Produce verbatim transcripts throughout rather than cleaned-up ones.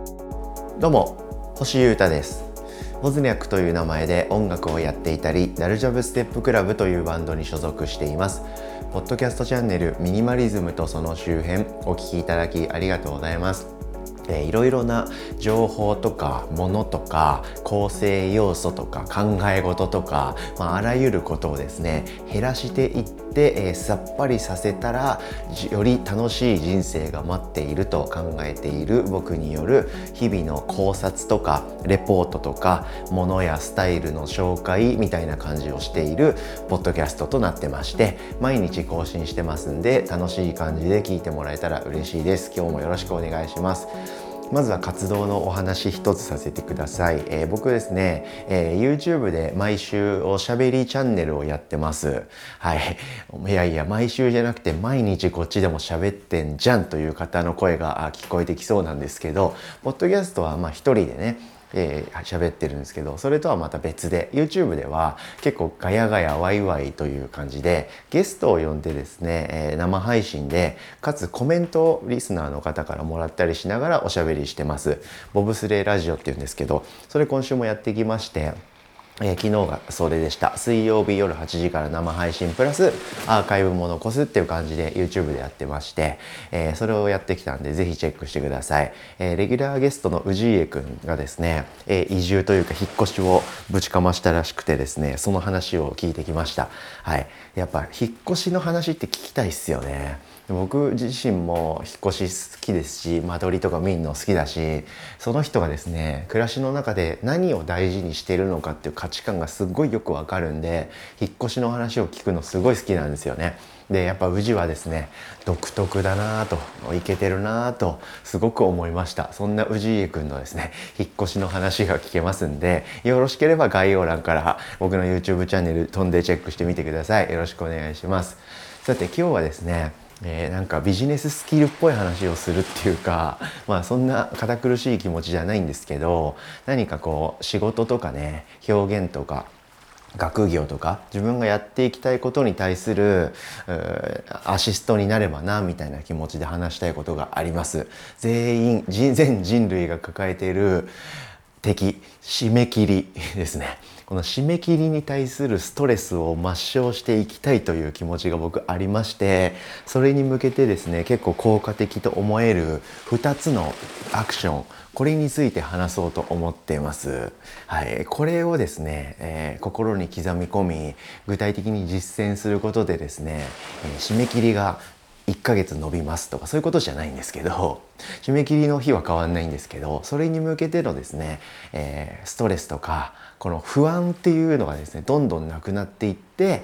どうも、星優太です。ウォズニャックという名前で音楽をやっていたり、ダルジャブステップクラブというバンドに所属しています。ポッドキャストチャンネルミニマリズムとその周辺、お聞きいただきありがとうございます。えー、いろいろな情報とかものとか構成要素とか考え事とか、まあ、あらゆることをですね減らしていって、えー、さっぱりさせたらより楽しい人生が待っていると考えている僕による日々の考察とかレポートとかものやスタイルの紹介みたいな感じをしているポッドキャストとなってまして、毎日更新してますんで楽しい感じで聞いてもらえたら嬉しいです。今日もよろしくお願いします。まずは活動のお話一つさせてください。えー、僕ですね、えー、YouTube で毎週おしゃべりチャンネルをやってます。はい。いやいや、毎週じゃなくて毎日こっちでも喋ってんじゃんという方の声が聞こえてきそうなんですけど、ポッドキャストはまあ一人でね、えー、喋ってるんですけど、それとはまた別で YouTube では結構ガヤガヤワイワイという感じでゲストを呼んでですね、えー、生配信でかつコメントをリスナーの方からもらったりしながらおしゃべりしてます。ボブスレーラジオっていうんですけど、それ今週もやってきまして、えー、昨日がそれでした。水曜日夜はちじから生配信プラスアーカイブも残すっていう感じで YouTube でやってまして、えー、それをやってきたんでぜひチェックしてください。えー、レギュラーゲストの氏家くんがですね、えー、移住というか引っ越しをぶちかましたらしくてですね、その話を聞いてきました。はい。やっぱ引っ越しの話って聞きたいっすよね。僕自身も引っ越し好きですし、間取りとか見るの好きだし、その人がですね暮らしの中で何を大事にしているのかっていう価値観がすっごいよくわかるんで、引っ越しの話を聞くのすごい好きなんですよね。でやっぱ宇治はですね独特だなぁと、イケてるなぁとすごく思いました。そんな氏家くんのですね引っ越しの話が聞けますんで、よろしければ概要欄から僕の YouTube チャンネル飛んでチェックしてみてください。よろしくお願いします。さて今日はですねえー、なんかビジネススキルっぽい話をするっていうか、まあそんな堅苦しい気持ちじゃないんですけど、何かこう仕事とかね、表現とか学業とか自分がやっていきたいことに対するアシストになればなみたいな気持ちで話したいことがあります。全員全人類が抱えている敵、締め切りですね。この締め切りに対するストレスを抹消していきたいという気持ちが僕ありまして、それに向けてですね結構効果的と思えるふたつのアクション、これについて話そうと思っています。はい、これをですね、えー、心に刻み込み具体的に実践することでですね、えー、締め切りがいっかげつ伸びますとかそういうことじゃないんですけど、締め切りの日は変わんないんですけど、それに向けてのですね、えー、ストレスとかこの不安っていうのがですねどんどんなくなっていって、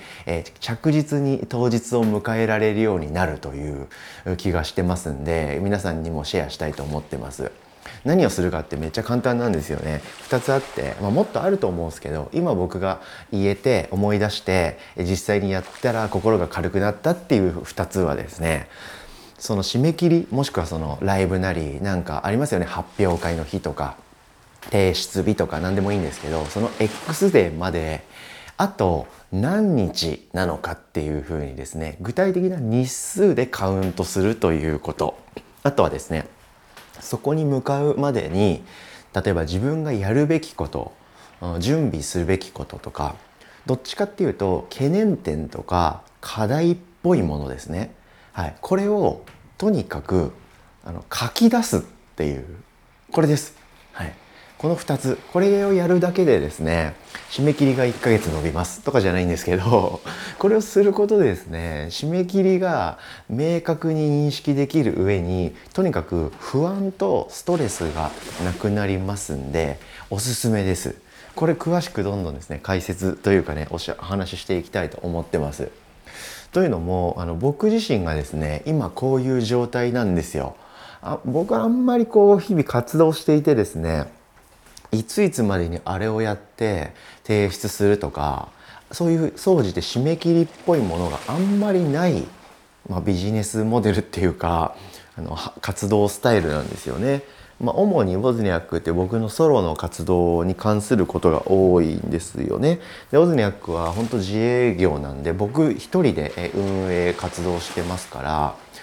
えー、着実に当日を迎えられるようになるという気がしてますんで、皆さんにもシェアしたいと思ってます。何をするかってめっちゃ簡単なんですよね。ふたつあって、まあ、もっとあると思うんですけど、今僕が言えて思い出して実際にやったら心が軽くなったっていうふたつはですね、その締め切りもしくはそのライブなりなんかありますよね、発表会の日とか提出日とか何でもいいんですけど、その X デーまであと何日なのかっていうふうにですね具体的な日数でカウントするということ。あとはですねそこに向かうまでに例えば自分がやるべきこと、準備するべきこととか、どっちかっていうと懸念点とか課題っぽいものですね。はい、これをとにかくあの書き出すっていう、これです。はい、このふたつ、これをやるだけでですね締め切りがいっかげつ延びますとかじゃないんですけど、これをすることでですね締め切りが明確に認識できる上にとにかく不安とストレスがなくなりますんでおすすめです。これ詳しくどんどんですね解説というかねおしゃお話ししていきたいと思ってます。というのもあの僕自身がですね今こういう状態なんですよ。あ僕はあんまりこう日々活動していてですね、いついつまでにあれをやって提出するとかそういう総じて締め切りっぽいものがあんまりない、まあ、ビジネスモデルっていうかあの活動スタイルなんですよね。まあ、主にウォズニャックって僕のソロの活動に関することが多いんですよね。でウォズニャックは本当自営業なんで僕一人で運営活動してますから、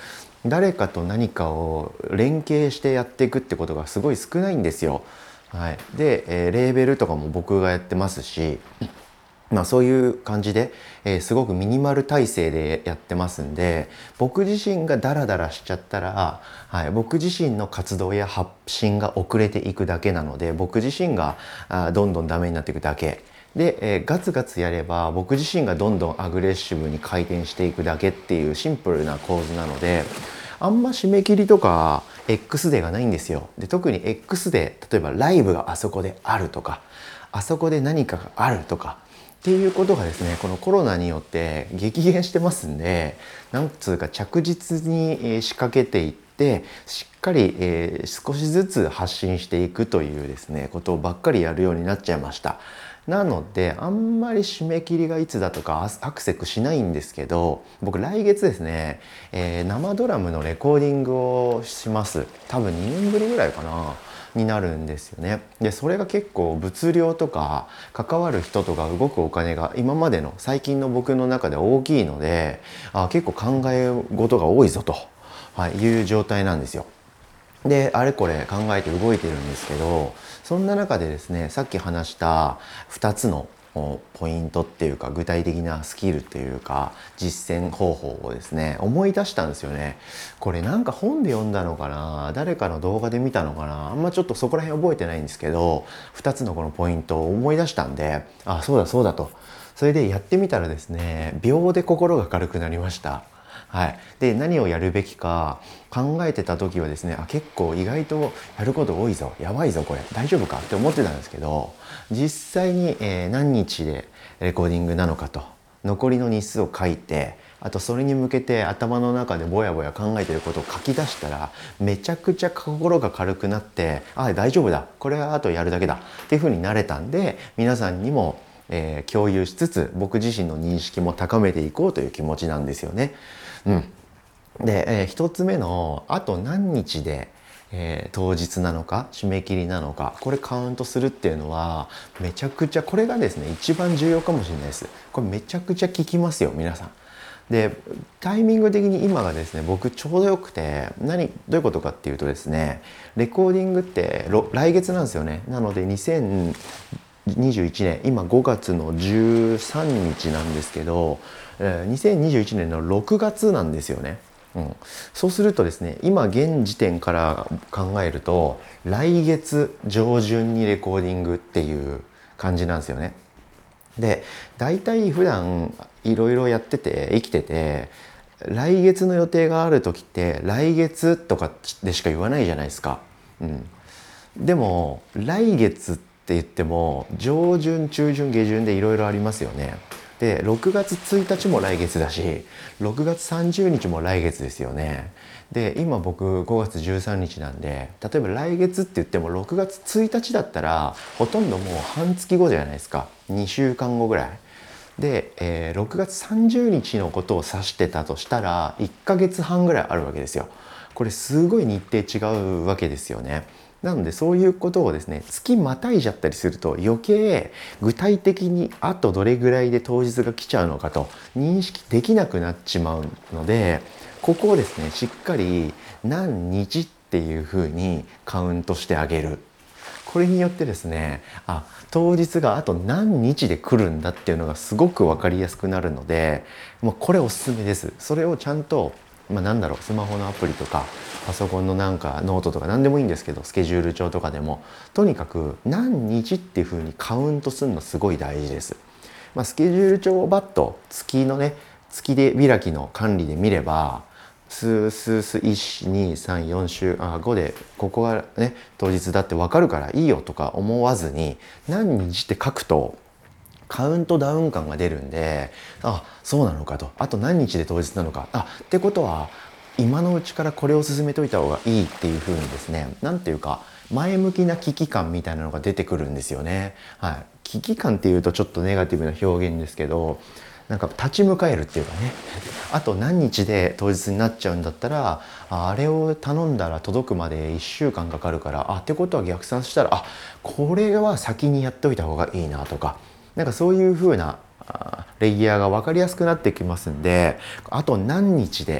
誰かと何かを連携してやっていくってことがすごい少ないんですよ。はい、で、えー、レーベルとかも僕がやってますし、まあ、そういう感じで、えー、すごくミニマル体制でやってますんで、僕自身がダラダラしちゃったら、はい、僕自身の活動や発信が遅れていくだけなので、僕自身があどんどんダメになっていくだけで、えー、ガツガツやれば僕自身がどんどんアグレッシブに回転していくだけっていうシンプルな構図なので、あんま締め切りとか X デーがないんですよ。で、特に X デー、例えばライブがあそこであるとか、あそこで何かがあるとかっていうことがですね、このコロナによって激減してますんで、なんつうか着実に仕掛けていってしっかり、えー、少しずつ発信していくというですねことばっかりやるようになっちゃいました。なのであんまり締め切りがいつだとかアクセクしないんですけど、僕来月ですね、えー、生ドラムのレコーディングをします。多分にねんぶりぐらいかなになるんですよね。でそれが結構物量とか関わる人とか動くお金が今までの最近の僕の中で大きいので、あ結構考え事が多いぞと、はい、いう状態なんですよ。であれこれ考えて動いてるんですけど、そんな中でですね、さっき話したふたつのポイントっていうか具体的なスキルっていうか実践方法をですね思い出したんですよね。これなんか本で読んだのかな、誰かの動画で見たのかな、あんまちょっとそこら辺覚えてないんですけど、ふたつのこのポイントを思い出したんで、あそうだそうだと、それでやってみたらですね、秒で心が軽くなりました。はい、で何をやるべきか考えてた時はですね、あ結構意外とやること多いぞ、やばいぞこれ大丈夫かって思ってたんですけど、実際に、えー、何日でレコーディングなのかと残りの日数を書いて、あとそれに向けて頭の中でぼやぼや考えてることを書き出したらめちゃくちゃ心が軽くなって、あ大丈夫だこれはあとやるだけだっていう風になれたんで、皆さんにも、えー、共有しつつ僕自身の認識も高めていこうという気持ちなんですよね。うん、で、えー、ひとつめのあと何日で、えー、当日なのか締め切りなのかこれカウントするっていうのはめちゃくちゃこれがですね一番重要かもしれないです。これめちゃくちゃ効きますよ皆さん。でタイミング的に今がですね僕ちょうどよくて、何どういうことかっていうとですね、レコーディングって来月なんですよね。なのでにせんにじゅういちねん今ごがつのじゅうさんにちなんですけど、にせんにじゅういちねんのろくがつなんですよね。うん、そうするとですね今現時点から考えると来月上旬にレコーディングっていう感じなんですよね。で大体普段いろいろやってて生きてて来月の予定がある時って来月とかでしか言わないじゃないですか。うん、でも来月って言っても上旬中旬下旬でいろいろありますよね。でろくがつついたちも来月だしろくがつさんじゅうにちも来月ですよね。で今僕ごがつじゅうさんにちなんで、例えば来月って言ってもろくがつついたちだったらほとんどもう半月後じゃないですか。にしゅうかんごぐらいで、えー、ろくがつさんじゅうにちのことを指してたとしたらいっかげつはんぐらいあるわけですよ。これすごい日程違うわけですよね。なのでそういうことをですね月またいじゃったりすると余計具体的にあとどれぐらいで当日が来ちゃうのかと認識できなくなっちまうので、ここをですねしっかり何日っていうふうにカウントしてあげる。これによってですね、あ当日があと何日で来るんだっていうのがすごく分かりやすくなるので、もうこれおすすめです。それをちゃんと、まあ、なんだろうスマホのアプリとかパソコンのなんかノートとか何でもいいんですけど、スケジュール帳とかでもとにかく何日っていう風にカウントするのすごい大事です。まあ、スケジュール帳をバッと月のね月で開きの管理で見れば数数数いち、に、さん、よん週あごでここがね当日だって分かるからいいよとか思わずに何日って書くとカウントダウン感が出るんで、あそうなのかと、あと何日で当日なのか、あってことは今のうちからこれを進めといた方がいいっていう風にですね、なんていうか前向きな危機感みたいなのが出てくるんですよね。はい、危機感っていうとちょっとネガティブな表現ですけど、なんか立ち向かえるっていうかね、あと何日で当日になっちゃうんだったら、あれを頼んだら届くまでいっしゅうかんかかるから、あってことは逆算したら、あこれは先にやっておいた方がいいなとか、なんかそういう風なレイヤーが分かりやすくなってきますんで、あと何日で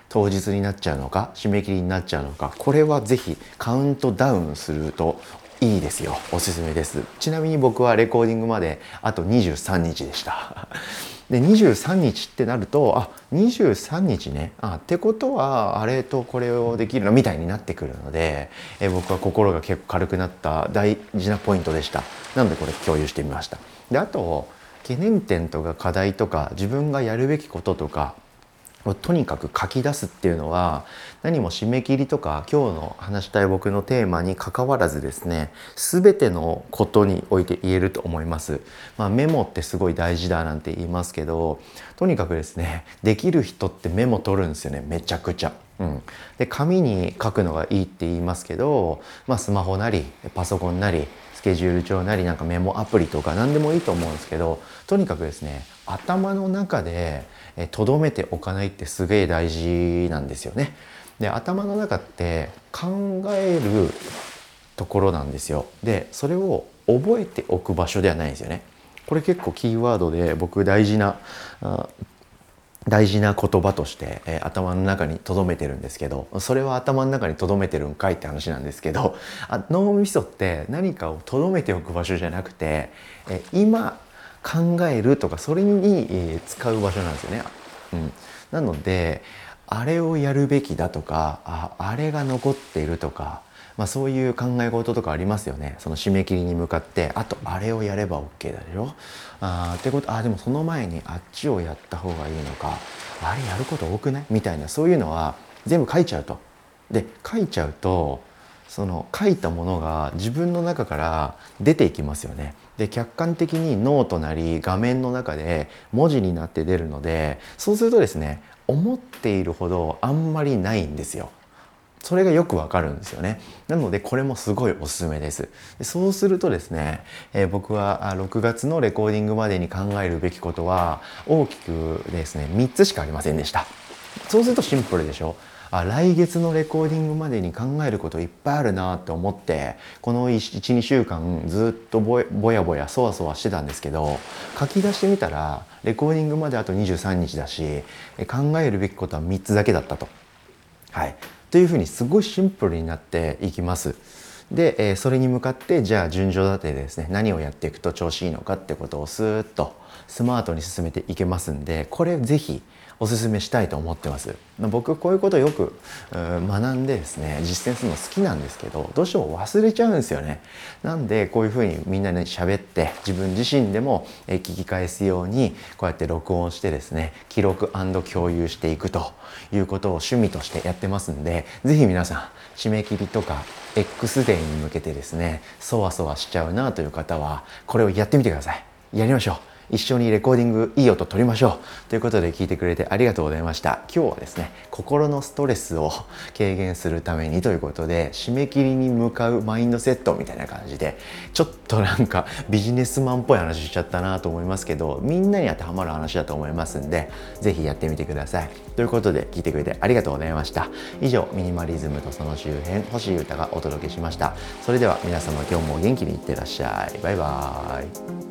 当日になっちゃうのか締め切りになっちゃうのか、これはぜひカウントダウンするといいですよ。おすすめです。ちなみに僕はレコーディングまであとにじゅうさんにちでしたでにじゅうさんにちってなると、あにじゅうさんにちね、あってことはあれとこれをできるのみたいになってくるので、え僕は心が結構軽くなった大事なポイントでした。なのでこれ共有してみました。であと懸念点とか課題とか自分がやるべきこととかをとにかく書き出すっていうのは、何も締め切りとか今日の話したい僕のテーマに関わらずですね、全てのことにおいて言えると思います。まあ、メモってすごい大事だなんて言いますけど、とにかくですね、できる人ってメモ取るんですよね、めちゃくちゃ。うん、で紙に書くのがいいって言いますけど、まあ、スマホなりパソコンなりスケジュール帳なりなんかメモアプリとか何でもいいと思うんですけど、とにかくですね、頭の中で留めておかないってすげえ大事なんですよね。で頭の中って考えるところなんですよ。でそれを覚えておく場所ではないんですよね。これ結構キーワードで僕大事な大事な言葉として、えー、頭の中に留めてるんですけど、それは頭の中に留めてるんかいって話なんですけど、あ脳みそって何かを留めておく場所じゃなくて、えー、今考えるとかそれに、えー、使う場所なんですよね。うん、なのであれをやるべきだとか、ああれが残っているとか、まあ、そういう考え事とかありますよね。その締め切りに向かってあとあれをやれば OK だでしょ。あってことあでもその前にあっちをやった方がいいのか、あれやること多くないみたいな、そういうのは全部書いちゃうと。で書いちゃうとその書いたものが自分の中から出ていきますよね。で客観的にノートなり画面の中で文字になって出るので、そうするとですね、思っているほどあんまりないんですよ。それがよくわかるんですよね。なのでこれもすごいおすすめです。でそうするとですね、えー、僕はろくがつのレコーディングまでに考えるべきことは大きくですねみっつしかありませんでした。そうするとシンプルでしょ。あ来月のレコーディングまでに考えることいっぱいあるなって思ってこのいち、にしゅうかんずっとぼぼやぼやそわそわしてたんですけど、書き出してみたらレコーディングまであとにじゅうさんにちだし、考えるべきことはみっつだけだったと。はいというふうにすごいシンプルになっていきます。で、えー、それに向かってじゃあ順序立てでですね、何をやっていくと調子いいのかってことをスーッとスマートに進めていけますんで、これぜひおすすめしたいと思ってます。僕こういうことをよく学んでですね実践するの好きなんですけど、どうしても忘れちゃうんですよね。なんでこういうふうにみんなで喋って自分自身でも聞き返すようにこうやって録音してですね記録&共有していくということを趣味としてやってますんで、ぜひ皆さん締め切りとか X デーに向けてですねそわそわしちゃうなという方はこれをやってみてください。やりましょう。一緒にレコーディングいい音取りましょうということで聞いてくれてありがとうございました。今日はですね心のストレスを軽減するためにということで締め切りに向かうマインドセットみたいな感じでちょっとなんかビジネスマンっぽい話しちゃったなと思いますけど、みんなに当てはまる話だと思いますんでぜひやってみてください。ということで聞いてくれてありがとうございました。以上ミニマリズムとその周辺星優太がお届けしました。それでは皆様今日も元気にいってらっしゃい。バイバーイ。